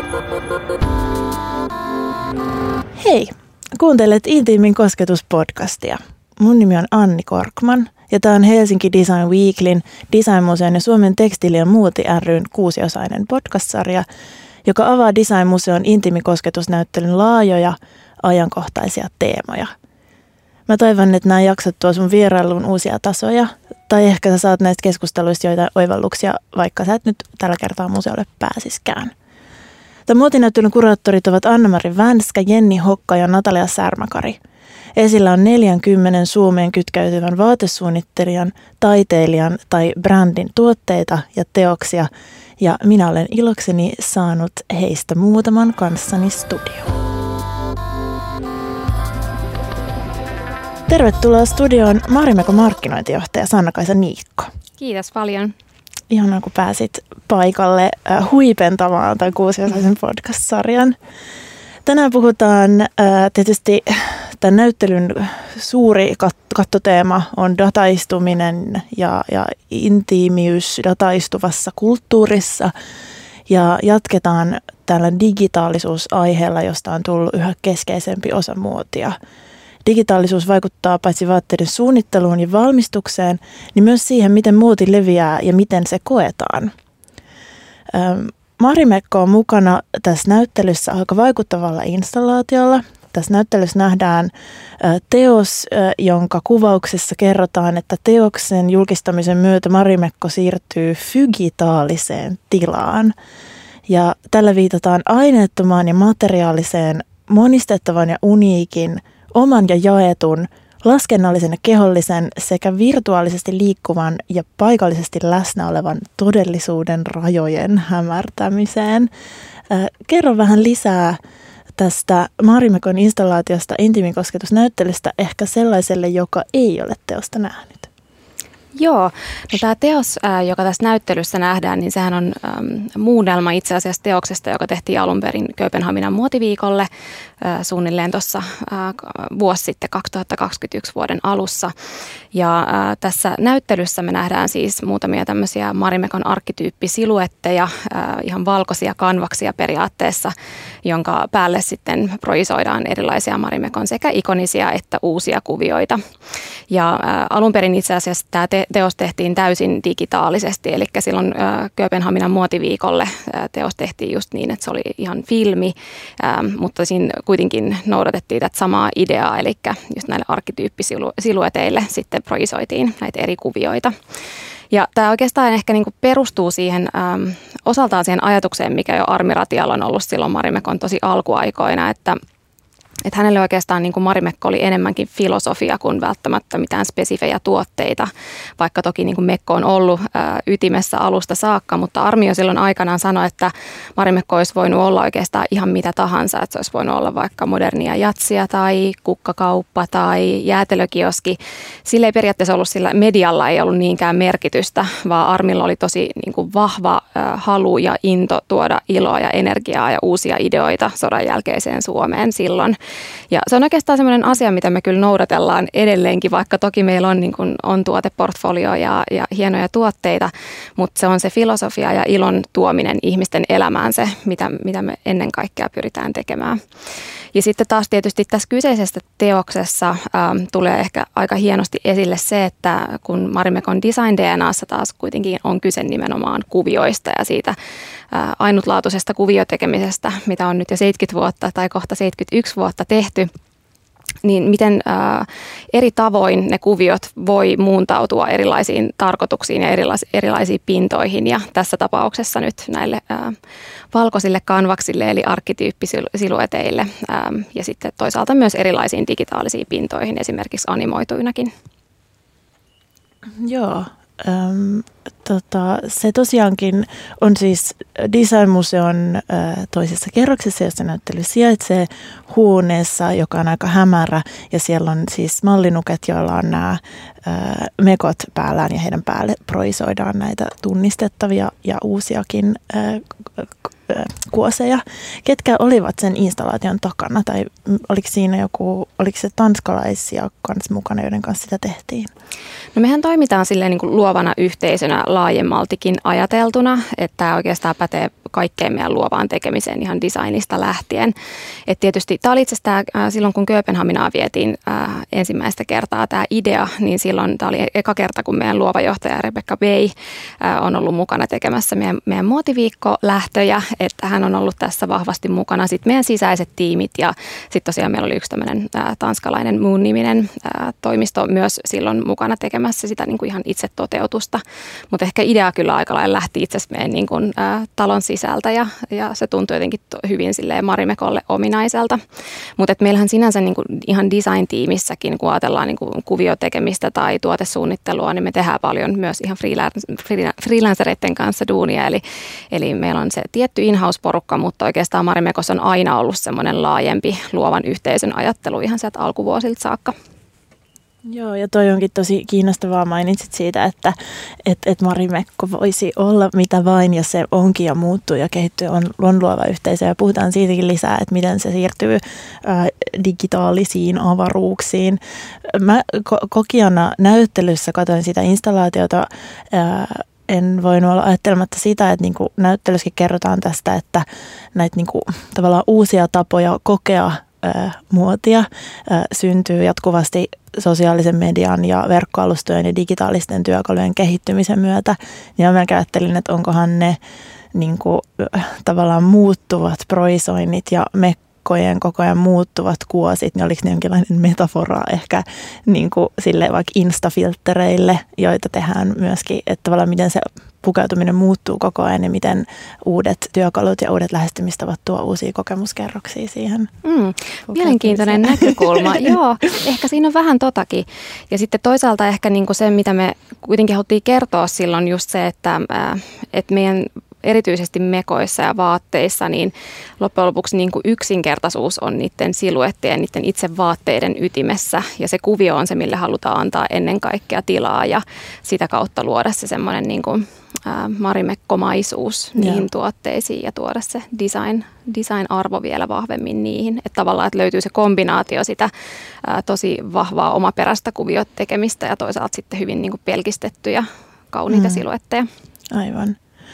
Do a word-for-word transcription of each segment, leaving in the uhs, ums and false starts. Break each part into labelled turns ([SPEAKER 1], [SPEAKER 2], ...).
[SPEAKER 1] Hei, kuuntelet Intiimin kosketus-podcastia. Mun nimi on Anni Korkman ja tämä on Helsinki Design Weeklyn, Designmuseon ja Suomen Tekstiili- ja Muoti ry:n kuusiosainen podcast-sarja, joka avaa Designmuseon intiimikosketusnäyttelyn laajoja ajankohtaisia teemoja. Mä toivon, että nämä jaksot tuo sun vierailuun uusia tasoja, tai ehkä sä saat näistä keskusteluista joitain oivalluksia, vaikka sä et nyt tällä kertaa museolle pääsiskään. Tämän muotinäyttelyn kuraattorit ovat Anna-Mari Vänskä, Jenni Hokka ja Natalia Särmäkari. Esillä on neljänkymmenen Suomeen kytkeytyvän vaatesuunnittelijan, taiteilijan tai brändin tuotteita ja teoksia, ja minä olen ilokseni saanut heistä muutaman kanssani studioon. Tervetuloa studioon Marimekon markkinointijohtaja Sanna-Kaisa Niikko.
[SPEAKER 2] Kiitos paljon.
[SPEAKER 1] Ihanaa, kun pääsit paikalle huipentamaan tämän kuusiosaisen podcast-sarjan. Tänään puhutaan tietysti tämän näyttelyn suuri kattoteema on dataistuminen ja, ja intiimiys dataistuvassa kulttuurissa. Ja jatketaan tällä digitaalisuusaiheella, josta on tullut yhä keskeisempi osa muotia. Digitaalisuus vaikuttaa paitsi vaatteiden suunnitteluun ja valmistukseen, niin myös siihen, miten muoti leviää ja miten se koetaan. Marimekko on mukana tässä näyttelyssä aika vaikuttavalla installaatiolla. Tässä näyttelyssä nähdään teos, jonka kuvauksessa kerrotaan, että teoksen julkistamisen myötä Marimekko siirtyy fygitaaliseen tilaan. Ja tällä viitataan aineettomaan ja materiaaliseen, monistettavan ja uniikin, oman ja jaetun, laskennallisen ja kehollisen sekä virtuaalisesti liikkuvan ja paikallisesti läsnä olevan todellisuuden rajojen hämärtämiseen. Kerro vähän lisää tästä Marimekon installaatiosta intiimikosketusnäyttelystä ehkä sellaiselle, joka ei ole teosta nähnyt.
[SPEAKER 2] Joo, no tämä teos, joka tässä näyttelyssä nähdään, niin sehän on ähm, muunnelma itse asiassa teoksesta, joka tehtiin alun perin Kööpenhaminan muotiviikolle äh, suunnilleen tuossa äh, vuosi sitten kaksituhattakaksikymmentäyksi vuoden alussa. Ja äh, tässä näyttelyssä me nähdään siis muutamia tämmöisiä Marimekon arkkityyppisiluetteja, äh, ihan valkoisia kanvaksia periaatteessa, jonka päälle sitten projisoidaan erilaisia Marimekon sekä ikonisia että uusia kuvioita. Ja äh, alun perin itse asiassa tämä te- teos tehtiin täysin digitaalisesti, eli silloin äh, Kööpenhaminan muotiviikolle äh, teos tehtiin just niin, että se oli ihan filmi, äh, mutta siinä kuitenkin noudatettiin tätä samaa ideaa, eli just näille arkkityyppisilueteille sitten projisoitiin näitä eri kuvioita. Ja tämä oikeastaan ehkä niinku perustuu siihen ähm, osaltaan siihen ajatukseen, mikä jo Armi Ratialla on ollut silloin Marimekon tosi alkuaikoina, että Että hänelle oikeastaan niin kuin Marimekko oli enemmänkin filosofia kuin välttämättä mitään spesifejä tuotteita, vaikka toki niin kuin Mekko on ollut ää, ytimessä alusta saakka, mutta Armi jo silloin aikanaan sanoi, että Marimekko olisi voinut olla oikeastaan ihan mitä tahansa, että se olisi voinut olla vaikka modernia jatsia tai kukkakauppa tai jäätelökioski. Sillä ei periaatteessa ollut, sillä medialla ei ollut niinkään merkitystä, vaan Armilla oli tosi niin kuin vahva ää, halu ja into tuoda iloa ja energiaa ja uusia ideoita sodan jälkeiseen Suomeen silloin. Ja se on oikeastaan sellainen asia, mitä me kyllä noudatellaan edelleenkin, vaikka toki meillä on, niin kuin, on tuoteportfolio ja, ja hienoja tuotteita, mutta se on se filosofia ja ilon tuominen ihmisten elämään se, mitä, mitä me ennen kaikkea pyritään tekemään. Ja sitten taas tietysti tässä kyseisessä teoksessa ähm, tulee ehkä aika hienosti esille se, että kun Marimekon design D N A:ssa taas kuitenkin on kyse nimenomaan kuvioista ja siitä äh, ainutlaatuisesta kuviotekemisestä, mitä on nyt jo seitsemänkymmentä vuotta tai kohta seitsemänkymmentäyksi vuotta tehty, niin miten ää, eri tavoin ne kuviot voi muuntautua erilaisiin tarkoituksiin ja erilais, erilaisiin pintoihin. Ja tässä tapauksessa nyt näille ää, valkoisille kanvaksille eli arkkityyppisilueteille ää, ja sitten toisaalta myös erilaisiin digitaalisiin pintoihin, esimerkiksi animoituinakin.
[SPEAKER 1] Joo. Ähm, tota, se tosiaankin on siis Designmuseon äh, toisessa kerroksessa, jossa näyttely sijaitsee huoneessa, joka on aika hämärä. Ja siellä on siis mallinuket, joilla on nämä äh, mekot päällään ja heidän päälle projisoidaan näitä tunnistettavia ja uusiakin äh, kuoseja. Ketkä olivat sen installaation takana tai oliko siinä joku, oliko se tanskalaisia kanssa mukana, joiden kanssa sitä tehtiin?
[SPEAKER 2] No mehän toimitaan silleen niin kuin luovana yhteisönä laajemmaltikin ajateltuna, että tämä oikeastaan pätee kaikkeen meidän luovaan tekemiseen ihan designista lähtien. Et tietysti tämä oli itse asiassa tämä, silloin, kun Kööpenhaminaa vietiin äh, ensimmäistä kertaa tämä idea, niin silloin tämä oli eka kerta, kun meidän luova johtaja Rebecca Bay äh, on ollut mukana tekemässä meidän, meidän muotiviikkolähtöjä, että hän on ollut tässä vahvasti mukana. Sitten meidän sisäiset tiimit ja sitten tosiaan meillä oli yksi tämmöinen äh, tanskalainen Moon-niminen äh, toimisto myös silloin mukana tekemässä sitä niin kuin ihan itse toteutusta. Mutta ehkä idea kyllä aika lailla lähti itse asiassa meidän niin kuin, äh, talon sisältä ja, ja se tuntui jotenkin hyvin silleen Marimekolle ominaiselta. Mutta meillähän sinänsä niin kuin ihan design-tiimissäkin, kun ajatellaan niin kuin kuviotekemistä tai tuotesuunnittelua, niin me tehdään paljon myös ihan freelancereiden kanssa duunia. Eli, eli meillä on se tietty in-house-porukka, mutta oikeastaan Marimekossa on aina ollut semmoinen laajempi luovan yhteisön ajattelu ihan sieltä alkuvuosilta saakka.
[SPEAKER 1] Joo, ja toi onkin tosi kiinnostavaa. Mainitsit siitä, että et, et Marimekko voisi olla mitä vain, ja se onkin ja muuttuu ja kehittyy, on, on luova yhteisö. Ja puhutaan siitäkin lisää, että miten se siirtyy ää, digitaalisiin avaruuksiin. Mä ko- kokijana näyttelyssä katsoin sitä installaatiota, ää, en voinut olla ajattelematta sitä, että niinku näyttelyssäkin kerrotaan tästä, että näitä niinku, tavallaan uusia tapoja kokea ää, muotia ää, syntyy jatkuvasti sosiaalisen median ja verkkoalustojen ja digitaalisten työkalujen kehittymisen myötä. Ja mä melkein ajattelin, että onkohan ne niin kuin, tavallaan muuttuvat projisoinnit ja mekkojen koko ajan muuttuvat kuosit, niin oliko ne jonkinlainen metafora ehkä niin kuin sille vaikka instafilttereille, joita tehdään myöskin, että tavallaan miten se pukeutuminen muuttuu koko ajan ja miten uudet työkalut ja uudet lähestymistavat tuo uusia kokemuskerroksia siihen. Mm,
[SPEAKER 2] mielenkiintoinen näkökulma. Joo, ehkä siinä on vähän totakin. Ja sitten toisaalta ehkä niinku se, mitä me kuitenkin haluttiin kertoa silloin just se, että, että meidän erityisesti mekoissa ja vaatteissa, niin loppujen lopuksi niin kuin yksinkertaisuus on niiden siluettien ja niiden itse vaatteiden ytimessä. Ja se kuvio on se, mille halutaan antaa ennen kaikkea tilaa ja sitä kautta luoda se semmoinen niin kuin marimekkomaisuus niihin ja tuotteisiin ja tuoda se design, design-arvo vielä vahvemmin niihin. Että tavallaan että löytyy se kombinaatio sitä ää, tosi vahvaa omaperäistä kuviotekemistä ja toisaalta sitten hyvin niin kuin pelkistettyjä kauniita mm. siluetteja.
[SPEAKER 1] Aivan.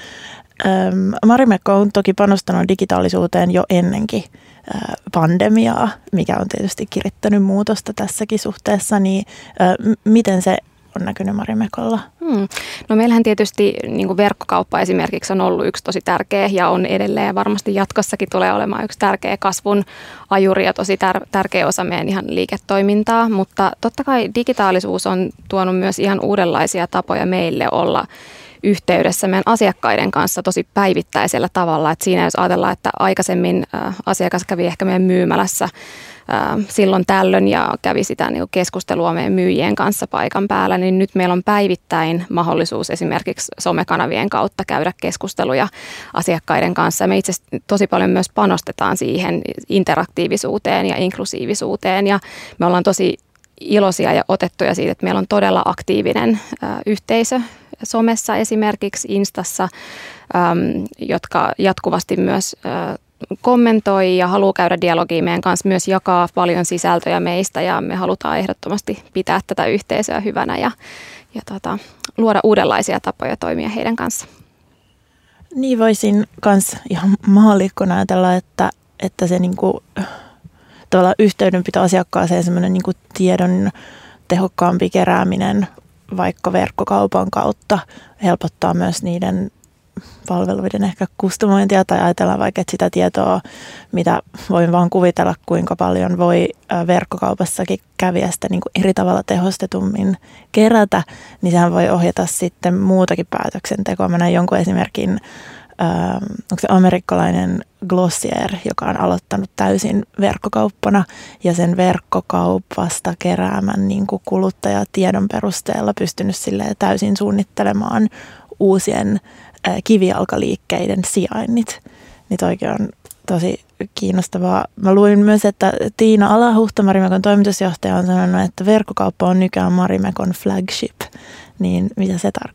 [SPEAKER 1] Ähm, Marimekko on toki panostanut digitaalisuuteen jo ennenkin äh, pandemiaa, mikä on tietysti kirittänyt muutosta tässäkin suhteessa. Niin, äh, m- miten se on näkynyt Marimekolla?
[SPEAKER 2] Hmm. No meillähän tietysti niin kuin verkkokauppa esimerkiksi on ollut yksi tosi tärkeä ja on edelleen varmasti jatkossakin tulee olemaan yksi tärkeä kasvun ajuri ja tosi tär- tärkeä osa meidän ihan liiketoimintaa, mutta totta kai digitaalisuus on tuonut myös ihan uudenlaisia tapoja meille olla yhteydessä meidän asiakkaiden kanssa tosi päivittäisellä tavalla. Et siinä jos ajatellaan, että aikaisemmin ä, asiakas kävi ehkä meidän myymälässä ä, silloin tällöin ja kävi sitä niin kuin keskustelua meidän myyjien kanssa paikan päällä, niin nyt meillä on päivittäin mahdollisuus esimerkiksi somekanavien kautta käydä keskusteluja asiakkaiden kanssa. Ja me itse asiassa tosi paljon myös panostetaan siihen interaktiivisuuteen ja inklusiivisuuteen ja me ollaan tosi iloisia ja otettuja siitä, että meillä on todella aktiivinen ä, yhteisö somessa esimerkiksi Instassa, äm, jotka jatkuvasti myös ä, kommentoi ja haluaa käydä dialogia meidän kanssa, myös jakaa paljon sisältöjä meistä ja me halutaan ehdottomasti pitää tätä yhteisöä hyvänä ja, ja tota, luoda uudenlaisia tapoja toimia heidän kanssa.
[SPEAKER 1] Niin voisin myös ihan maallikkona ajatella, että, että se niinku tavallaan yhteydenpito asiakkaaseen, semmoinen niin kuin tiedon tehokkaampi kerääminen vaikka verkkokaupan kautta helpottaa myös niiden palveluiden ehkä kustomointia tai ajatellaan vaikka, että sitä tietoa, mitä voin vaan kuvitella, kuinka paljon voi verkkokaupassakin kävijästä niin kuin eri tavalla tehostetummin kerätä, niin sehän voi ohjata sitten muutakin päätöksentekoa. Mä näin jonkun esimerkin, äh, onko se amerikkalainen Glossier, joka on aloittanut täysin verkkokauppana ja sen verkkokaupasta keräämän niin kuin kuluttajatiedon perusteella pystynyt silleen täysin suunnittelemaan uusien äh, kivijalkaliikkeiden sijainnit. Niin toikin on tosi kiinnostavaa. Mä luin myös, että Tiina Alahuhta, Marimekon toimitusjohtaja, on sanonut, että verkkokauppa on nykyään Marimekon flagship. Niin mitä se tarkoittaa?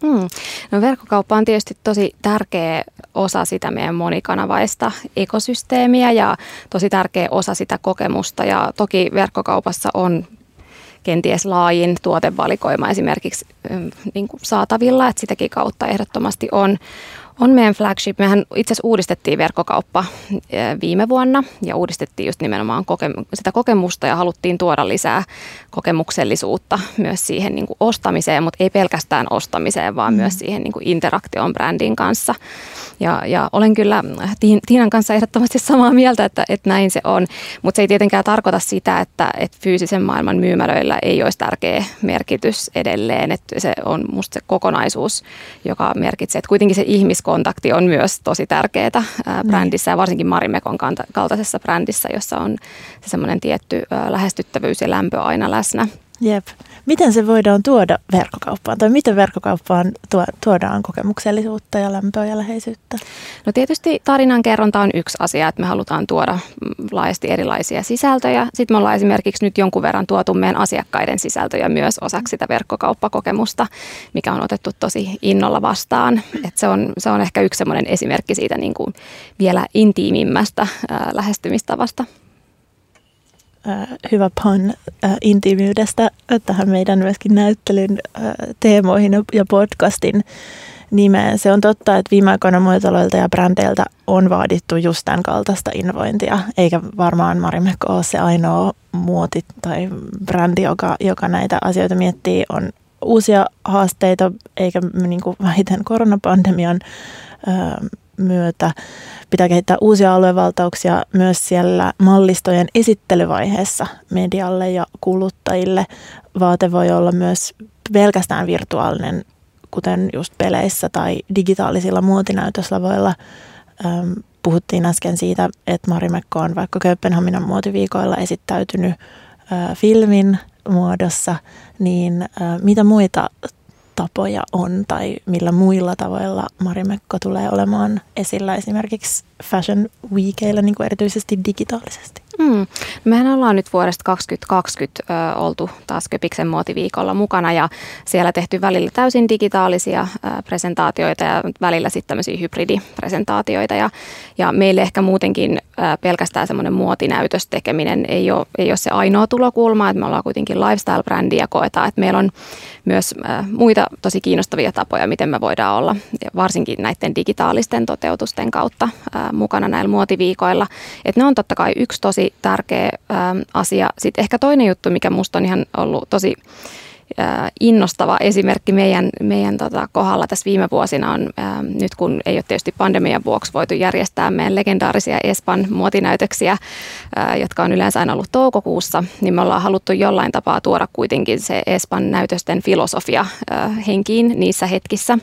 [SPEAKER 2] Hmm. No verkkokauppa on tietysti tosi tärkeä osa sitä meidän monikanavaista ekosysteemiä ja tosi tärkeä osa sitä kokemusta. Ja toki verkkokaupassa on kenties laajin tuotevalikoima esimerkiksi niin kuin saatavilla, että sitäkin kautta ehdottomasti on. On meidän flagship. Mehän itse asiassa uudistettiin verkkokauppa viime vuonna ja uudistettiin just nimenomaan koke- sitä kokemusta ja haluttiin tuoda lisää kokemuksellisuutta myös siihen niin kuin ostamiseen, mutta ei pelkästään ostamiseen, vaan mm. myös siihen niin kuin interaktioon brändin kanssa. Ja, ja olen kyllä Tiinan kanssa ehdottomasti samaa mieltä, että, että näin se on, mutta se ei tietenkään tarkoita sitä, että, että fyysisen maailman myymälöillä ei olisi tärkeä merkitys edelleen, että se on musta se kokonaisuus, joka merkitsee, että kuitenkin se ihmiskontakti on myös tosi tärkeää brändissä ja varsinkin Marimekon kaltaisessa brändissä, jossa on se semmoinen tietty lähestyttävyys ja lämpö aina läsnä.
[SPEAKER 1] Jep. Miten se voidaan tuoda verkkokauppaan tai miten verkkokauppaan tuo, tuodaan kokemuksellisuutta ja lämpöä ja läheisyyttä?
[SPEAKER 2] No tietysti tarinankerronta on yksi asia, että me halutaan tuoda laajasti erilaisia sisältöjä. Sitten me ollaan esimerkiksi nyt jonkun verran tuotu meidän asiakkaiden sisältöjä myös osaksi sitä verkkokauppakokemusta, mikä on otettu tosi innolla vastaan. Et se, on, se on ehkä yksi semmoinen esimerkki siitä niin kuin vielä intiimimmästä ää, lähestymistavasta.
[SPEAKER 1] Äh, hyvä pun äh, intiimiydestä tähän meidän myöskin näyttelyn äh, teemoihin ja podcastin nimeen. Se on totta, että viime aikoina muotitaloilta ja brändeiltä on vaadittu just tämän kaltaista innovointia, eikä varmaan Marimekko ole se ainoa muoti tai brändi, joka, joka näitä asioita miettii. On uusia haasteita, eikä niin kuin vähiten koronapandemian äh, myötä. Pitää kehittää uusia aluevaltauksia myös siellä mallistojen esittelyvaiheessa medialle ja kuluttajille. Vaate voi olla myös pelkästään virtuaalinen, kuten just peleissä tai digitaalisilla muotinäytöslavoilla. Ähm, puhuttiin äsken siitä, että Marimekko on vaikka Kööpenhaminan muotiviikoilla esittäytynyt äh, filmin muodossa, niin äh, mitä muita tapoja on tai millä muilla tavoilla Marimekko tulee olemaan esillä esimerkiksi Fashion Weekeillä, niin kuin erityisesti digitaalisesti?
[SPEAKER 2] Mm. Mehän ollaan nyt vuodesta kaksituhattakaksikymmentä ö, oltu taas Köpiksen muotiviikolla mukana ja siellä tehty välillä täysin digitaalisia ö, presentaatioita ja välillä sitten tämmöisiä hybridipresentaatioita ja, ja meille ehkä muutenkin ö, pelkästään semmoinen muotinäytös tekeminen ei ole, ei ole se ainoa tulokulma, että me ollaan kuitenkin lifestyle-brändi ja koetaan, että meillä on myös ö, muita tosi kiinnostavia tapoja, miten me voidaan olla varsinkin näiden digitaalisten toteutusten kautta ö, mukana näillä muotiviikoilla, että ne on totta kai yksi tosi tärkeä ä, asia. Sitten ehkä toinen juttu, mikä musta on ihan ollut tosi ä, innostava esimerkki meidän, meidän tota, kohdalla tässä viime vuosina on, ä, nyt kun ei ole tietysti pandemian vuoksi voitu järjestää meidän legendaarisia Espan muotinäytöksiä, ä, jotka on yleensä aina ollut toukokuussa, niin me ollaan haluttu jollain tapaa tuoda kuitenkin se Espan näytösten filosofia ä, henkiin niissä hetkissä.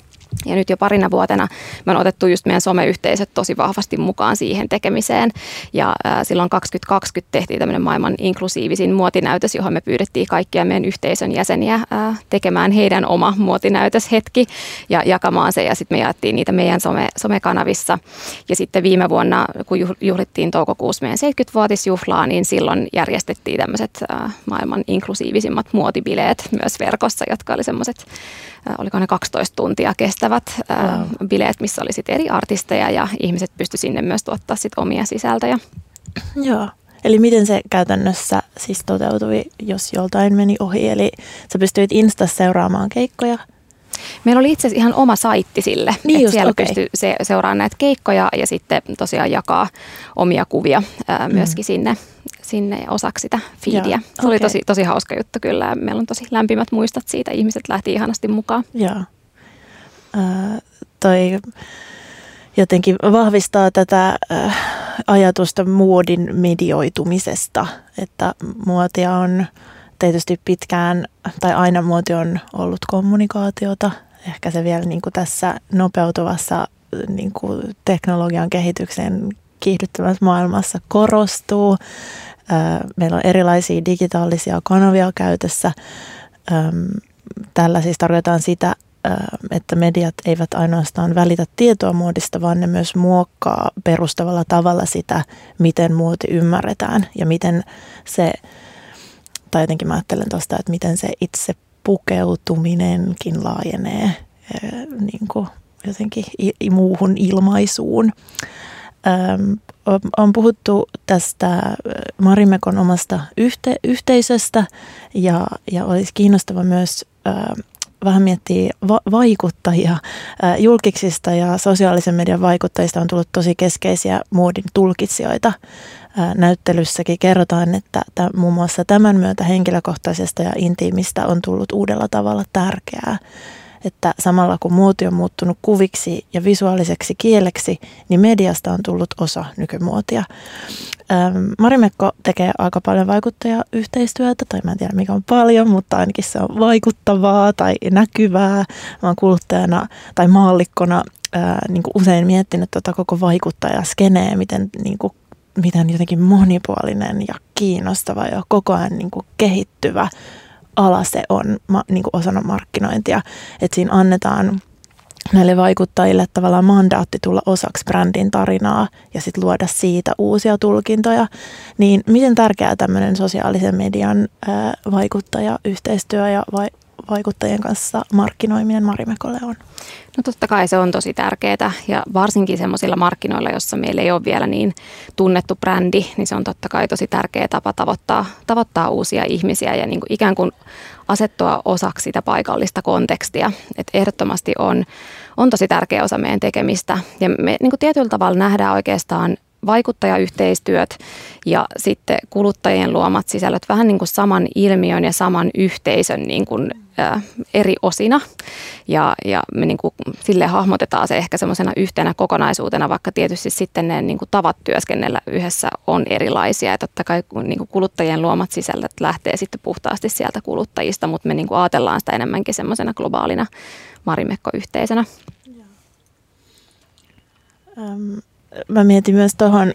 [SPEAKER 2] Ja nyt jo parina vuotena me on otettu just meidän someyhteisöt tosi vahvasti mukaan siihen tekemiseen. Ja ää, silloin kaksituhattakaksikymmentä tehtiin tämmöinen maailman inklusiivisin muotinäytös, johon me pyydettiin kaikkia meidän yhteisön jäseniä ää, tekemään heidän oma muotinäytöshetki ja jakamaan se. Ja sitten me jaettiin niitä meidän some, somekanavissa. Ja sitten viime vuonna, kun juhlittiin toukokuussa meidän seitsemänkymmenvuotisjuhlaa, niin silloin järjestettiin tämmöiset ää, maailman inklusiivisimmat muotibileet myös verkossa, jotka oli semmoiset, ää, oliko ne kaksitoista tuntia kestävät wow. bileet, missä oli sit eri artisteja ja ihmiset pysty sinne myös tuottaa sit omia sisältöjä.
[SPEAKER 1] Joo. Eli miten se käytännössä siis toteutui, jos joltain meni ohi? Eli sä pystyit Instassa seuraamaan keikkoja?
[SPEAKER 2] Meillä oli itse asiassa ihan oma saitti sille,
[SPEAKER 1] niin
[SPEAKER 2] että
[SPEAKER 1] just,
[SPEAKER 2] siellä
[SPEAKER 1] okay.
[SPEAKER 2] pystyi se, seuraamaan näitä keikkoja ja sitten tosiaan jakaa omia kuvia ää, myöskin mm. sinne, sinne osaksi sitä feedia. Se okay. oli tosi, tosi hauska juttu kyllä. Meillä on tosi lämpimät muistot siitä. Ihmiset lähti ihanasti mukaan.
[SPEAKER 1] Joo. Äh, toi jotenkin vahvistaa tätä äh, ajatusta muodin medioitumisesta, että muotia on tietysti pitkään, tai aina muoti on ollut kommunikaatiota. Ehkä se vielä niin kuin tässä nopeutuvassa niin kuin teknologian kehityksen kiihdyttävässä maailmassa korostuu. Äh, meillä on erilaisia digitaalisia kanavia käytössä. Ähm, tällä siis tarkoitetaan sitä, että mediat eivät ainoastaan välitä tietoa muodista, vaan ne myös muokkaa perustavalla tavalla sitä, miten muoti ymmärretään ja miten se, tai jotenkin mä ajattelen tuosta, että miten se itse pukeutuminenkin laajenee niin kuin jotenkin muuhun ilmaisuun. Öm, on puhuttu tästä Marimekon omasta yhte, yhteisöstä ja, ja olisi kiinnostava myös ö, vähän miettiä va- vaikuttajia. Ö, julkiksista ja sosiaalisen median vaikuttajista on tullut tosi keskeisiä muodin tulkitsijoita. Ö, näyttelyssäkin kerrotaan, että t- muun muassa tämän myötä henkilökohtaisesta ja intiimistä on tullut uudella tavalla tärkeää. Että samalla kun muoti on muuttunut kuviksi ja visuaaliseksi kieleksi, niin mediasta on tullut osa nykymuotia. Ähm, Marimekko tekee aika paljon vaikuttajayhteistyötä, tai mä en tiedä mikä on paljon, mutta ainakin se on vaikuttavaa tai näkyvää. Mä oon kuluttajana tai maallikkona äh, niin kuin usein miettinyt tota koko vaikuttajaskeneen, miten, niin kuin, miten jotenkin monipuolinen ja kiinnostava ja koko ajan niin kuin kehittyvä ala se on niin kuin osana markkinointia, että siinä annetaan näille vaikuttajille tavallaan mandaatti tulla osaksi brändin tarinaa ja sitten luoda siitä uusia tulkintoja. Niin miten tärkeää tämmöinen sosiaalisen median ää, vaikuttajayhteistyö ja vai, vaikuttajien kanssa markkinoiminen Marimekolle on?
[SPEAKER 2] No totta kai se on tosi tärkeää ja varsinkin semmoisilla markkinoilla, jossa meillä ei ole vielä niin tunnettu brändi, niin se on totta kai tosi tärkeä tapa tavoittaa, tavoittaa uusia ihmisiä ja niin kuin ikään kuin asettua osaksi sitä paikallista kontekstia. Et ehdottomasti on, on tosi tärkeä osa meidän tekemistä ja me niin kuin tietyllä tavalla nähdään oikeastaan vaikuttajayhteistyöt ja sitten kuluttajien luomat sisällöt vähän niin kuin saman ilmiön ja saman yhteisön niin kuin, ä, eri osina. Ja, ja me niin kuin silleen hahmotetaan se ehkä semmoisena yhtenä kokonaisuutena, vaikka tietysti sitten ne niin kuin tavat työskennellä yhdessä on erilaisia. Ja totta kai niin kuin kuluttajien luomat sisällöt lähtee sitten puhtaasti sieltä kuluttajista, mutta me niin kuin ajatellaan sitä enemmänkin semmoisena globaalina Marimekko-yhteisönä.
[SPEAKER 1] Um. Mä mietin myös tuohon,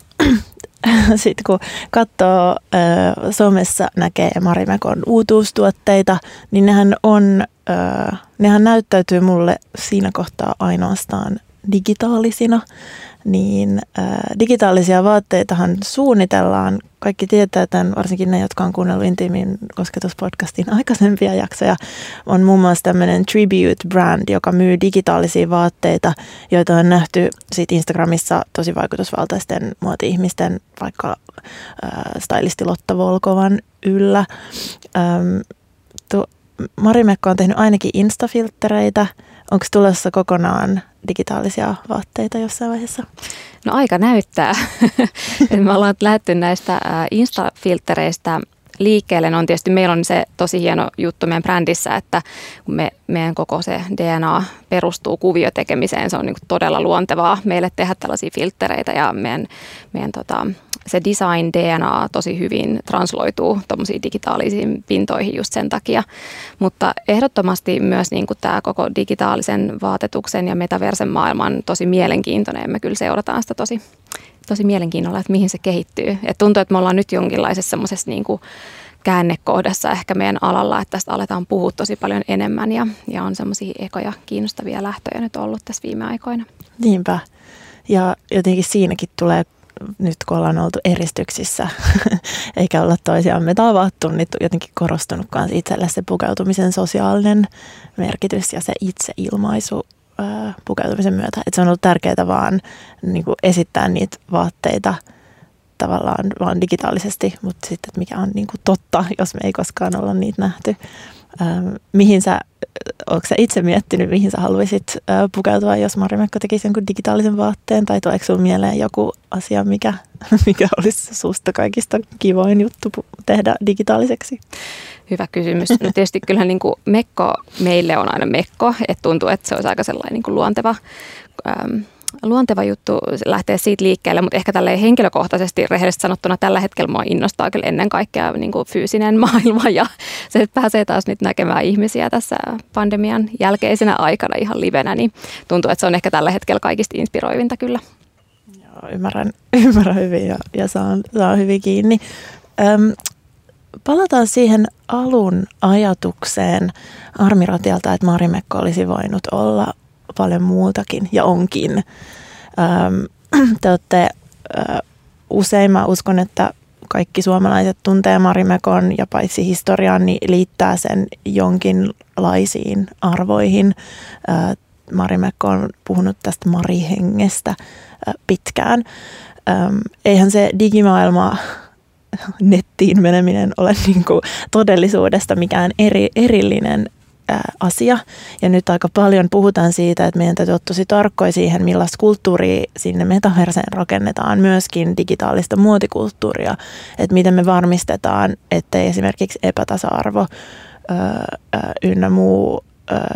[SPEAKER 1] sitten kun katsoo ö, somessa näkee Marimekon uutuustuotteita, niin nehän, on, ö, nehän näyttäytyy mulle siinä kohtaa ainoastaan digitaalisina. Niin ö, digitaalisia vaatteitahan suunnitellaan. Kaikki tietää tämän, varsinkin ne, jotka on kuunnellut Intiimin kosketuspodcastin aikaisempia jaksoja. On muun muassa tämmöinen Tribute Brand, joka myy digitaalisia vaatteita, joita on nähty sit Instagramissa tosi vaikutusvaltaisten muoti-ihmisten, vaikka äh, stylisti Lotta Volkovan yllä. Ähm, tu, Marimekko on tehnyt ainakin Insta-filttereitä. Onko tulossa kokonaan digitaalisia vaatteita jossain vaiheessa?
[SPEAKER 2] No aika näyttää. Me ollaan lähdetty näistä Insta-filttereistä liikkeelle. No on tietysti meillä on se tosi hieno juttu meidän brändissä, että me, meidän koko se D N A perustuu kuviotekemiseen. Se on niin kuin todella luontevaa meille tehdä tällaisia filttereitä ja meidän, meidän tota, se design D N A tosi hyvin transloituu tuommoisiin digitaalisiin pintoihin just sen takia. Mutta ehdottomasti myös niin kuin tämä koko digitaalisen vaatetuksen ja metaversen maailma on tosi mielenkiintoinen ja me kyllä seurataan sitä tosi tosi mielenkiinnolla, että mihin se kehittyy. Et tuntuu, että me ollaan nyt jonkinlaisessa semmoisessa niin kuin käännekohdassa ehkä meidän alalla, että tästä aletaan puhua tosi paljon enemmän ja, ja on semmoisia ekoja kiinnostavia lähtöjä nyt ollut tässä viime aikoina.
[SPEAKER 1] Niinpä. Ja jotenkin siinäkin tulee, nyt kun ollaan oltu eristyksissä, eikä olla toisiamme tavattu, niin jotenkin korostunut myös itselle se pukeutumisen sosiaalinen merkitys ja se itseilmaisu pukeutumisen myötä. Että se on ollut tärkeää vaan niin kuin esittää niitä vaatteita tavallaan vaan digitaalisesti, mutta sitten että mikä on niin kuin totta, jos me ei koskaan olla niitä nähty. Ähm, mihin sä, ootko sä itse miettinyt, mihin sä haluaisit äh, pukeutua, jos Marimekko tekisi jonkun digitaalisen vaatteen, tai tuleeko sinulle mieleen joku asia, mikä, mikä olisi susta kaikista kivoin juttu tehdä digitaaliseksi?
[SPEAKER 2] Hyvä kysymys. No tietysti kyllähän niin kuin mekko meille on aina mekko, että tuntuu, että se olisi aika sellainen niin kuin luonteva, ähm, luonteva juttu lähteä siitä liikkeelle, mutta ehkä tälleen henkilökohtaisesti rehellisesti sanottuna tällä hetkellä mua innostaa kyllä ennen kaikkea niin kuin fyysinen maailma ja se, että pääsee taas nyt näkemään ihmisiä tässä pandemian jälkeisenä aikana ihan livenä, niin tuntuu, että se on ehkä tällä hetkellä kaikista inspiroivinta kyllä.
[SPEAKER 1] Joo, ymmärrän, ymmärrän hyvin ja, ja saan, saan hyvin kiinni. Öm, Palataan siihen alun ajatukseen Armi Ratialta, että Marimekko olisi voinut olla paljon muutakin ja onkin. Ähm, te olette äh, usein, mä uskon, että kaikki suomalaiset tuntee Marimekon ja paitsi historiaan, niin liittää sen jonkinlaisiin arvoihin. Marimekko on puhunut tästä marihengestä pitkään. Eihän se digimaailma, nettiin meneminen ole niin kuin todellisuudesta mikään eri, erillinen asia. Ja nyt aika paljon puhutaan siitä, että meidän täytyy olla tosi tarkkoja siihen, millaista kulttuuria sinne metaverseen rakennetaan, myöskin digitaalista muotikulttuuria, että miten me varmistetaan, ettei esimerkiksi epätasa-arvo ää, ynnä muu ää,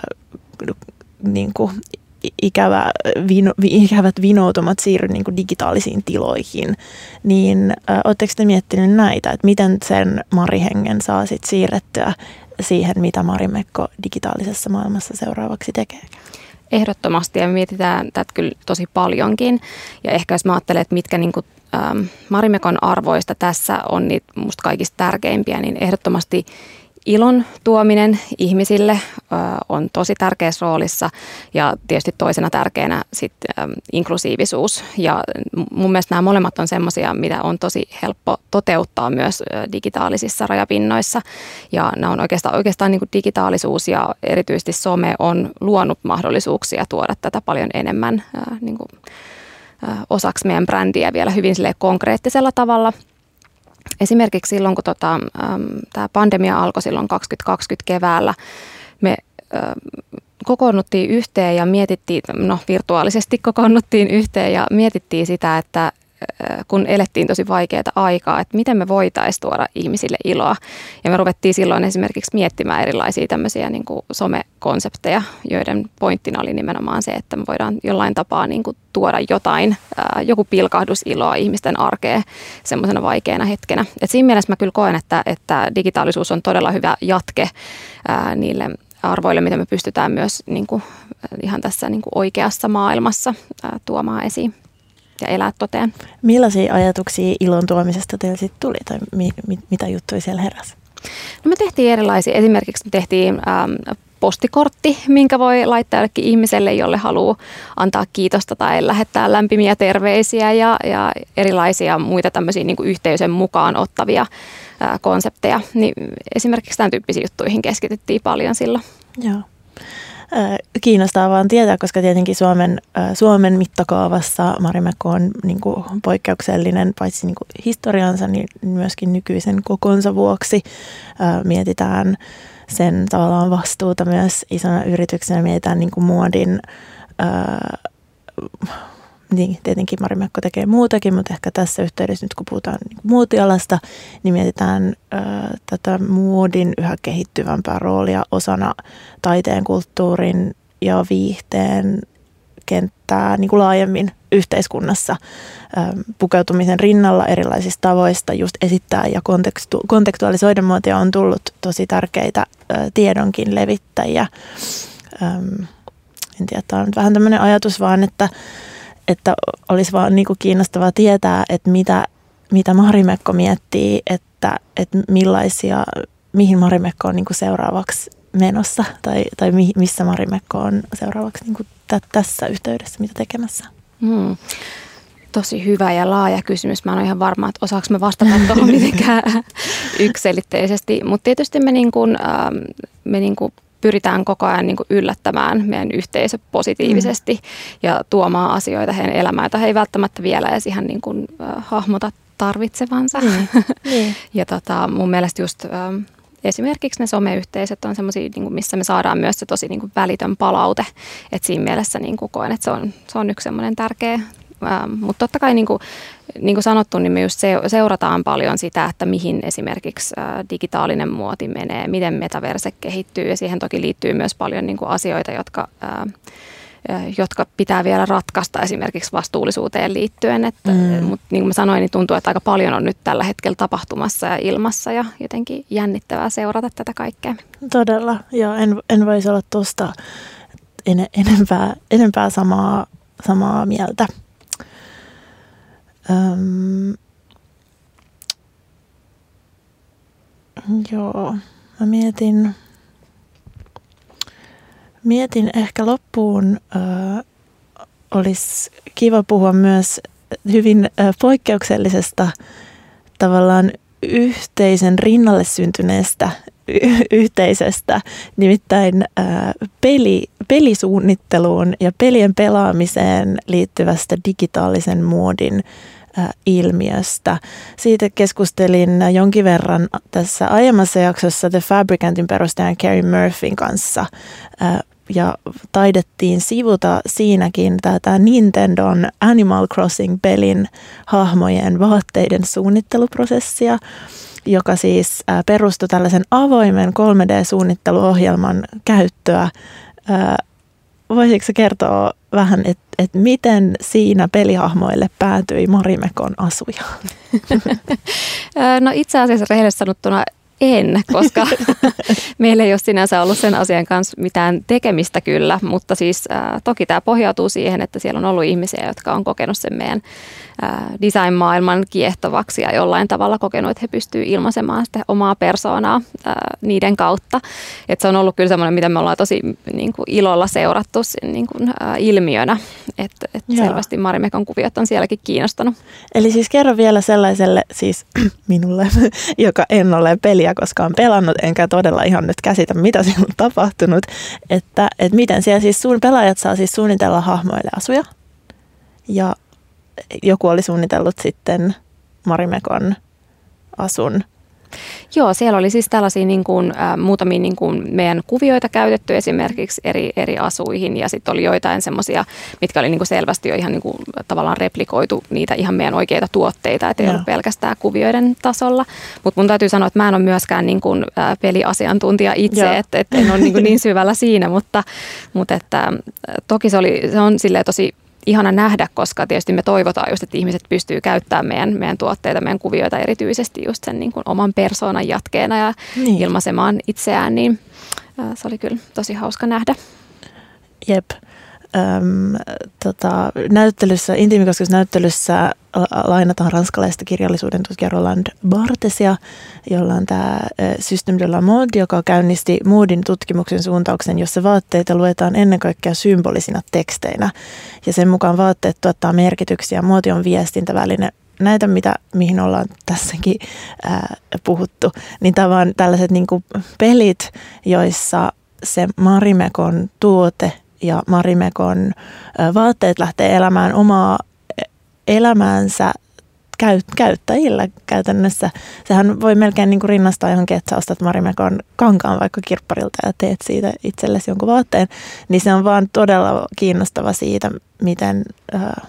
[SPEAKER 1] niin kuin ikävä, vino, ikävät vinoutumat siirry niin kuin digitaalisiin tiloihin. Niin oletteko te miettineet näitä, että miten sen marihengen saa sit siirrettyä siihen, mitä Marimekko digitaalisessa maailmassa seuraavaksi tekee?
[SPEAKER 2] Ehdottomasti, ja me mietitään tätä kyllä tosi paljonkin. Ja ehkä jos mä ajattelen, että mitkä niin kuin, ähm, Marimekon arvoista tässä on niitä musta kaikista tärkeimpiä, niin ehdottomasti ilon tuominen ihmisille ö, on tosi tärkeässä roolissa, ja tietysti toisena tärkeänä sit, ö, inklusiivisuus. Ja mun mielestä nämä molemmat on semmoisia, mitä on tosi helppo toteuttaa myös ö, digitaalisissa rajapinnoissa. Ja nämä on oikeastaan, oikeastaan niin kuin digitaalisuus ja erityisesti some on luonut mahdollisuuksia tuoda tätä paljon enemmän ö, niin kuin, ö, osaksi meidän brändiä vielä hyvin konkreettisella tavalla. Esimerkiksi silloin, kun tota, tämä pandemia alkoi silloin kaksituhattakaksikymmentä keväällä, me ö, kokoonnuttiin yhteen ja mietittiin, no virtuaalisesti kokoonnuttiin yhteen ja mietittiin sitä, että kun elettiin tosi vaikeaa aikaa, että miten me voitaisiin tuoda ihmisille iloa. Ja me ruvettiin silloin esimerkiksi miettimään erilaisia tämmöisiä niin kuin some-konsepteja, joiden pointtina oli nimenomaan se, että me voidaan jollain tapaa niin kuin tuoda jotain, ää, joku pilkahdus iloa ihmisten arkeen semmoisena vaikeana hetkenä. Et siinä mielessä mä kyllä koen, että, että digitaalisuus on todella hyvä jatke ää, niille arvoille, mitä me pystytään myös niin kuin, ihan tässä niin kuin oikeassa maailmassa ää, tuomaan esiin ja elää toteen.
[SPEAKER 1] Millaisia ajatuksia ilon tuomisesta teillä sitten tuli, tai mi, mi, mitä juttuja siellä heräsi?
[SPEAKER 2] No me tehtiin erilaisia. Esimerkiksi me tehtiin ähm, postikortti, minkä voi laittaa jollekin ihmiselle, jolle haluaa antaa kiitosta tai lähettää lämpimiä terveisiä, ja, ja erilaisia muita tämmöisiä niin kuin yhteisön mukaan ottavia äh, konsepteja. Niin esimerkiksi tämän tyyppisiin juttuihin keskityttiin paljon silloin.
[SPEAKER 1] Joo. Kiinnostaa vaan tietää, koska tietenkin Suomen, Suomen mittakaavassa Marimekko on niin kuin poikkeuksellinen, paitsi niin kuin historiansa, niin myöskin nykyisen kokonsa vuoksi. Mietitään sen tavallaan vastuuta myös isona yrityksenä, mietitään niin kuin muodin, niin tietenkin Marimekko tekee muutakin, mutta ehkä tässä yhteydessä nyt kun puhutaan niin kuin muotialasta, niin mietitään ää, tätä muodin yhä kehittyvämpää roolia osana taiteen, kulttuurin ja viihteen kenttää niin kuin laajemmin yhteiskunnassa. Ää, pukeutumisen rinnalla erilaisista tavoista just esittää ja kontekstu, kontekstualisoida muotia on tullut tosi tärkeitä ää, tiedonkin levittäjiä. Ää, en tiedä, tämä on nyt vähän tämmöinen ajatus vaan, että että olisi vaan niin kuin kiinnostavaa tietää, että mitä, mitä Marimekko miettii, että, että millaisia, mihin Marimekko on niin kuin seuraavaksi menossa tai, tai missä Marimekko on seuraavaksi niin kuin t- tässä yhteydessä, mitä tekemässä. Hmm.
[SPEAKER 2] Tosi hyvä ja laaja kysymys. Mä en ole ihan varma, että osaanko me vastata tuohon mitenkään yksiselitteisesti, mutta tietysti me, niin kuin, me niin kuin pyritään koko ajan niin kuin yllättämään meidän yhteisö positiivisesti mm. ja tuomaan asioita heidän elämään, jota he ei välttämättä vielä edes ihan niin kuin, äh, hahmota tarvitsevansa. Mm. Mm. Ja tota, mun mielestä just ähm, esimerkiksi ne someyhteisöt on semmoisia, niin kuin missä me saadaan myös se tosi niin kuin välitön palaute. Et siinä mielessä niin kuin koen, että se on, se on yksi semmoinen tärkeä. Ähm, mutta totta kai niin kuin, niin kuin sanottu, niin me just seurataan paljon sitä, että mihin esimerkiksi äh, digitaalinen muoti menee, miten metaverse kehittyy, ja siihen toki liittyy myös paljon niin kuin asioita, jotka, äh, jotka pitää vielä ratkaista esimerkiksi vastuullisuuteen liittyen. Että, mm. Mutta niin kuin mä sanoin, niin tuntuu, että aika paljon on nyt tällä hetkellä tapahtumassa ja ilmassa, ja jotenkin jännittävää seurata tätä kaikkea.
[SPEAKER 1] Todella, ja en, en voisi olla tuosta en, enempää, enempää samaa, samaa mieltä. Öm, joo, mä mietin, mietin ehkä loppuun, ö, olisi kiva puhua myös hyvin ö, poikkeuksellisesta tavallaan yhteisen rinnalle syntyneestä y- yhteisöstä, nimittäin ää, peli, pelisuunnitteluun ja pelien pelaamiseen liittyvästä digitaalisen muodin ää, ilmiöstä. Siitä keskustelin jonkin verran tässä aiemmassa jaksossa The Fabricantin perustajan Carrie Murphyn kanssa, ää, ja taidettiin sivuta siinäkin tätä Nintendon Animal Crossing-pelin hahmojen vaatteiden suunnitteluprosessia, joka siis perustui tällaisen avoimen kolme D-suunnitteluohjelman käyttöä. Voisitko sä kertoa vähän, että et miten siinä pelihahmoille päätyi Marimekon asuja?
[SPEAKER 2] No itse asiassa rehellisesti sanottuna en, koska meillä ei ole sinänsä ollut sen asian kanssa mitään tekemistä kyllä, mutta siis äh, toki tämä pohjautuu siihen, että siellä on ollut ihmisiä, jotka on kokenut sen meidän äh, design-maailman kiehtovaksi ja jollain tavalla kokenut, että he pystyvät ilmaisemaan sitä omaa persoonaa äh, niiden kautta. Et se on ollut kyllä semmoinen, mitä me ollaan tosi niin kuin ilolla seurattu niin kuin, äh, ilmiönä, että et selvästi Marimekon kuviot on sielläkin kiinnostanut.
[SPEAKER 1] Eli siis kerro vielä sellaiselle, siis minulle, joka en ole peliä koskaan pelannut, enkä todella ihan nyt käsitä, mitä siellä on tapahtunut, että, että miten siellä siis suun, pelaajat saa siis suunnitella hahmoille asuja, ja joku oli suunnitellut sitten Marimekon asun.
[SPEAKER 2] Joo, siellä oli siis tällaisia niin kuin, äh, muutamia niin kuin meidän kuvioita käytetty esimerkiksi eri, eri asuihin ja sitten oli joitain semmoisia, mitkä oli niin kuin selvästi jo ihan niin kuin, tavallaan replikoitu niitä ihan meidän oikeita tuotteita, että ei ollut pelkästään kuvioiden tasolla. Mutta mun täytyy sanoa, että mä en ole myöskään niin kuin, äh, peliasiantuntija itse, että et en ole niin, kuin niin syvällä siinä, mutta, mutta että, äh, toki se, oli, se on silleen tosi ihana nähdä, koska tietysti me toivotaan just, että ihmiset pystyy käyttämään meidän, meidän tuotteita, meidän kuvioita erityisesti just sen niin kuin oman persoonan jatkeena ja niin. ilmaisemaan itseään, niin se oli kyllä tosi hauska nähdä.
[SPEAKER 1] Jep. Öm, tota, näyttelyssä, intiimikosketusnäyttelyssä lainataan ranskalaista kirjallisuuden tutkija Roland Barthesia, jolla on tämä Système de la Mode, joka käynnisti moodin tutkimuksen suuntauksen, jossa vaatteita luetaan ennen kaikkea symbolisina teksteinä. Ja sen mukaan vaatteet tuottaa merkityksiä, muoti on viestintäväline. Näitä, mitä, mihin ollaan tässäkin ää, puhuttu, niin tavallaan tällaiset niin kuin pelit, joissa se Marimekon tuote ja Marimekon vaatteet lähtee elämään omaa elämäänsä käyttäjillä käytännössä. Sehän voi melkein niin kuin rinnastaa johonkin, että sä ostat Marimekon kankaan vaikka kirpparilta ja teet siitä itsellesi jonkun vaatteen. Niin se on vaan todella kiinnostava siitä, miten, äh,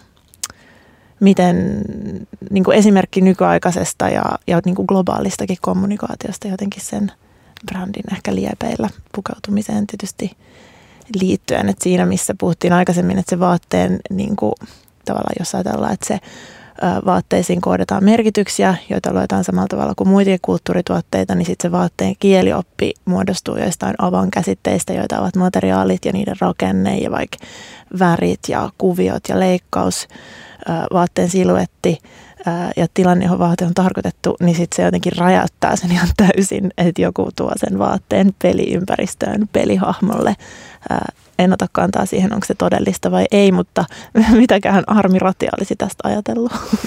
[SPEAKER 1] miten niin kuin esimerkki nykyaikaisesta ja, ja niin kuin globaalistakin kommunikaatiosta jotenkin sen brändin ehkä liepeillä pukeutumiseen tietysti liittyen, että siinä missä puhuttiin aikaisemmin, että se vaatteen niin kuin, tavallaan jos ajatellaan, että se ä, vaatteisiin koodataan merkityksiä, joita luetaan samalla tavalla kuin muita kulttuurituotteita, niin sitten se vaatteen kielioppi muodostuu joistain avainkäsitteistä, joita ovat materiaalit ja niiden rakenne ja vaikka värit ja kuviot ja leikkaus, ä, vaatteen siluetti ä, ja tilanne, johon vaate on tarkoitettu, niin sitten se jotenkin räjäyttää sen ihan täysin, että joku tuo sen vaatteen peliympäristöön, pelihahmolle. Ä, En ota kantaa siihen, onko se todellista vai ei, mutta mitäköhän Armi Ratia olisi tästä ajatellut?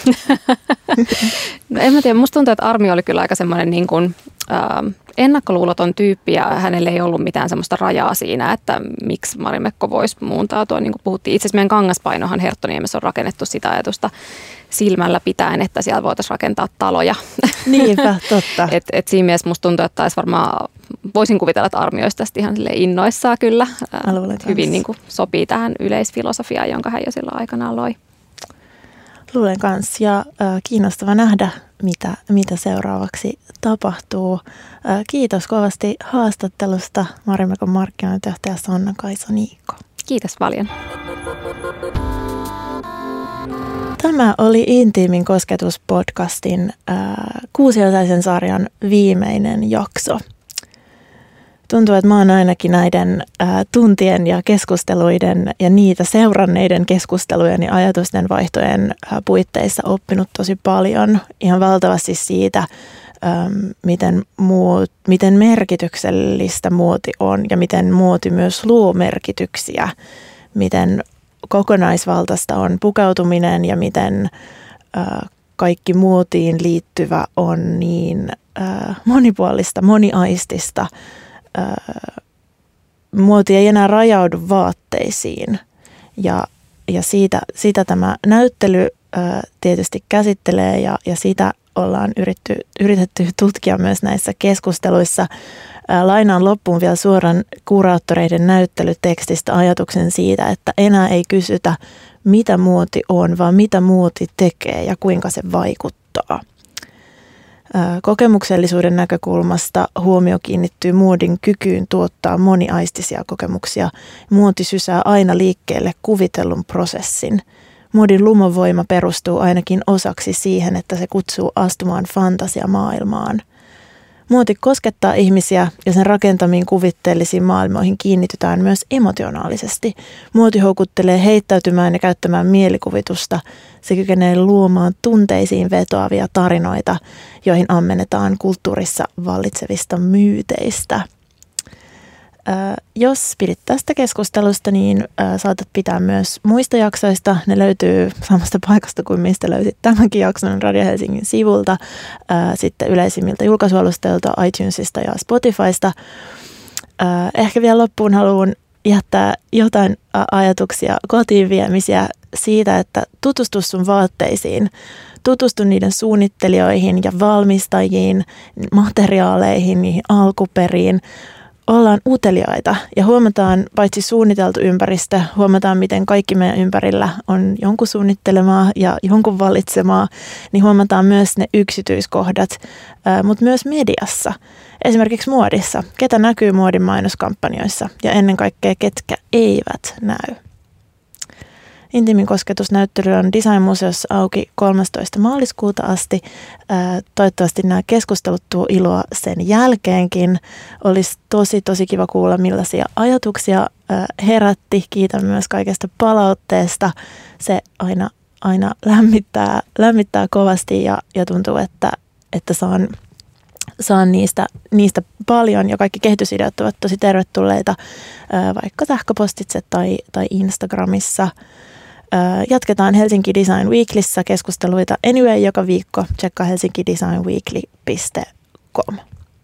[SPEAKER 2] No en mä tiedä, musta tuntuu, että Armi oli kyllä aika semmoinen niin kuin, äh, ennakkoluuloton tyyppi ja hänelle ei ollut mitään semmoista rajaa siinä, että miksi Marimekko voisi muuntautua. Niin kuin puhuttiin, itse asiassa meidän kangaspainohan Herttoniemessä on rakennettu sitä ajatusta silmällä pitäen, että siellä voitaisiin rakentaa taloja.
[SPEAKER 1] Niinpä, totta.
[SPEAKER 2] et, et siinä mielessä musta tuntuu, että taisi varmaan, voisin kuvitella, että Armi olisi tästä ihan innoissaan kyllä. Hyvin niin kuin sopii tähän yleisfilosofiaan, jonka hän jo silloin aikanaan loi.
[SPEAKER 1] Luulen kanssa ja äh, kiinnostava nähdä, mitä, mitä seuraavaksi tapahtuu. Äh, kiitos kovasti haastattelusta Marimekon markkinointijohtaja Sanna-Kaisa Niikko.
[SPEAKER 2] Kiitos paljon.
[SPEAKER 1] Tämä oli Intiimin kosketus-podcastin äh, kuusiosaisen sarjan viimeinen jakso. Tuntuu, että mä oon ainakin näiden äh, tuntien ja keskusteluiden ja niitä seuranneiden keskustelujen ja ajatusten vaihtojen äh, puitteissa oppinut tosi paljon. Ihan valtavasti siitä, ähm, miten, muut, miten merkityksellistä muoti on ja miten muoti myös luo merkityksiä. Miten kokonaisvaltaista on pukeutuminen ja miten äh, kaikki muotiin liittyvä on niin äh, monipuolista, moniaistista. Äh, muoti ei enää rajaudu vaatteisiin ja, ja siitä, sitä tämä näyttely äh, tietysti käsittelee ja, ja sitä ollaan yritty, yritetty tutkia myös näissä keskusteluissa. Ää, lainaan loppuun vielä suoran kuraattoreiden näyttelytekstistä ajatuksen siitä, että enää ei kysytä, mitä muoti on, vaan mitä muoti tekee ja kuinka se vaikuttaa. Ää, kokemuksellisuuden näkökulmasta huomio kiinnittyy muodin kykyyn tuottaa moniaistisia kokemuksia. Muoti sysää aina liikkeelle kuvitellun prosessin. Muodin lumovoima perustuu ainakin osaksi siihen, että se kutsuu astumaan fantasiamaailmaan. Muoti koskettaa ihmisiä ja sen rakentamiin kuvitteellisiin maailmoihin kiinnitytään myös emotionaalisesti. Muoti houkuttelee heittäytymään ja käyttämään mielikuvitusta. Se kykenee luomaan tunteisiin vetoavia tarinoita, joihin ammennetaan kulttuurissa vallitsevista myyteistä. Äh, jos pidit tästä keskustelusta, niin äh, saatat pitää myös muista jaksoista. Ne löytyy samasta paikasta kuin mistä löysit tämänkin jakson Radio Helsingin sivulta. Äh, sitten yleisimmiltä julkaisualustoilta, iTunesista ja Spotifysta. Äh, ehkä vielä loppuun haluan jättää jotain ajatuksia kotiin viemisiä siitä, että tutustu sun vaatteisiin. Tutustu niiden suunnittelijoihin ja valmistajiin, materiaaleihin, niihin alkuperiin. Ollaan uteliaita ja huomataan paitsi suunniteltu ympäristö, huomataan miten kaikki meidän ympärillä on jonkun suunnittelemaa ja jonkun valitsemaa, niin huomataan myös ne yksityiskohdat, mutta myös mediassa. Esimerkiksi muodissa, ketä näkyy muodin mainoskampanjoissa ja ennen kaikkea ketkä eivät näy. Intiimin kosketusnäyttely on Design-museossa auki kolmastoista maaliskuuta asti. Toivottavasti nämä keskustelut tuo iloa sen jälkeenkin. Olisi tosi, tosi kiva kuulla, millaisia ajatuksia herätti. Kiitän myös kaikesta palautteesta. Se aina, aina lämmittää, lämmittää kovasti ja, ja tuntuu, että, että saan, saan niistä, niistä paljon. Ja kaikki kehitysideat ovat tosi tervetulleita, vaikka sähköpostitse tai, tai Instagramissa. Jatketaan Helsinki Design Weeklissä keskusteluita anyway joka viikko. Tsekkaa helsinki design weekly piste com.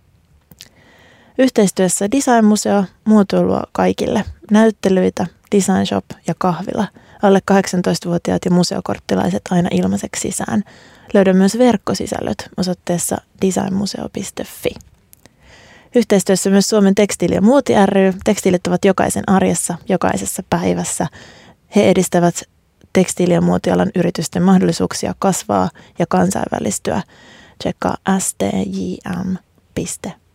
[SPEAKER 1] Yhteistyössä Design-museo, muotoilua kaikille, näyttelyitä, design shop ja kahvila. Alle kahdeksantoistavuotiaat ja museokorttilaiset aina ilmaiseksi sisään. Löydä myös verkkosisällöt osoitteessa designmuseo piste fi. Yhteistyössä myös Suomen tekstiili- ja muoti ry. Tekstiilit ovat jokaisen arjessa, jokaisessa päivässä. He edistävät tekstiili- ja muotialan yritysten mahdollisuuksia kasvaa ja kansainvälistyä. Tsekkaa s t j m piste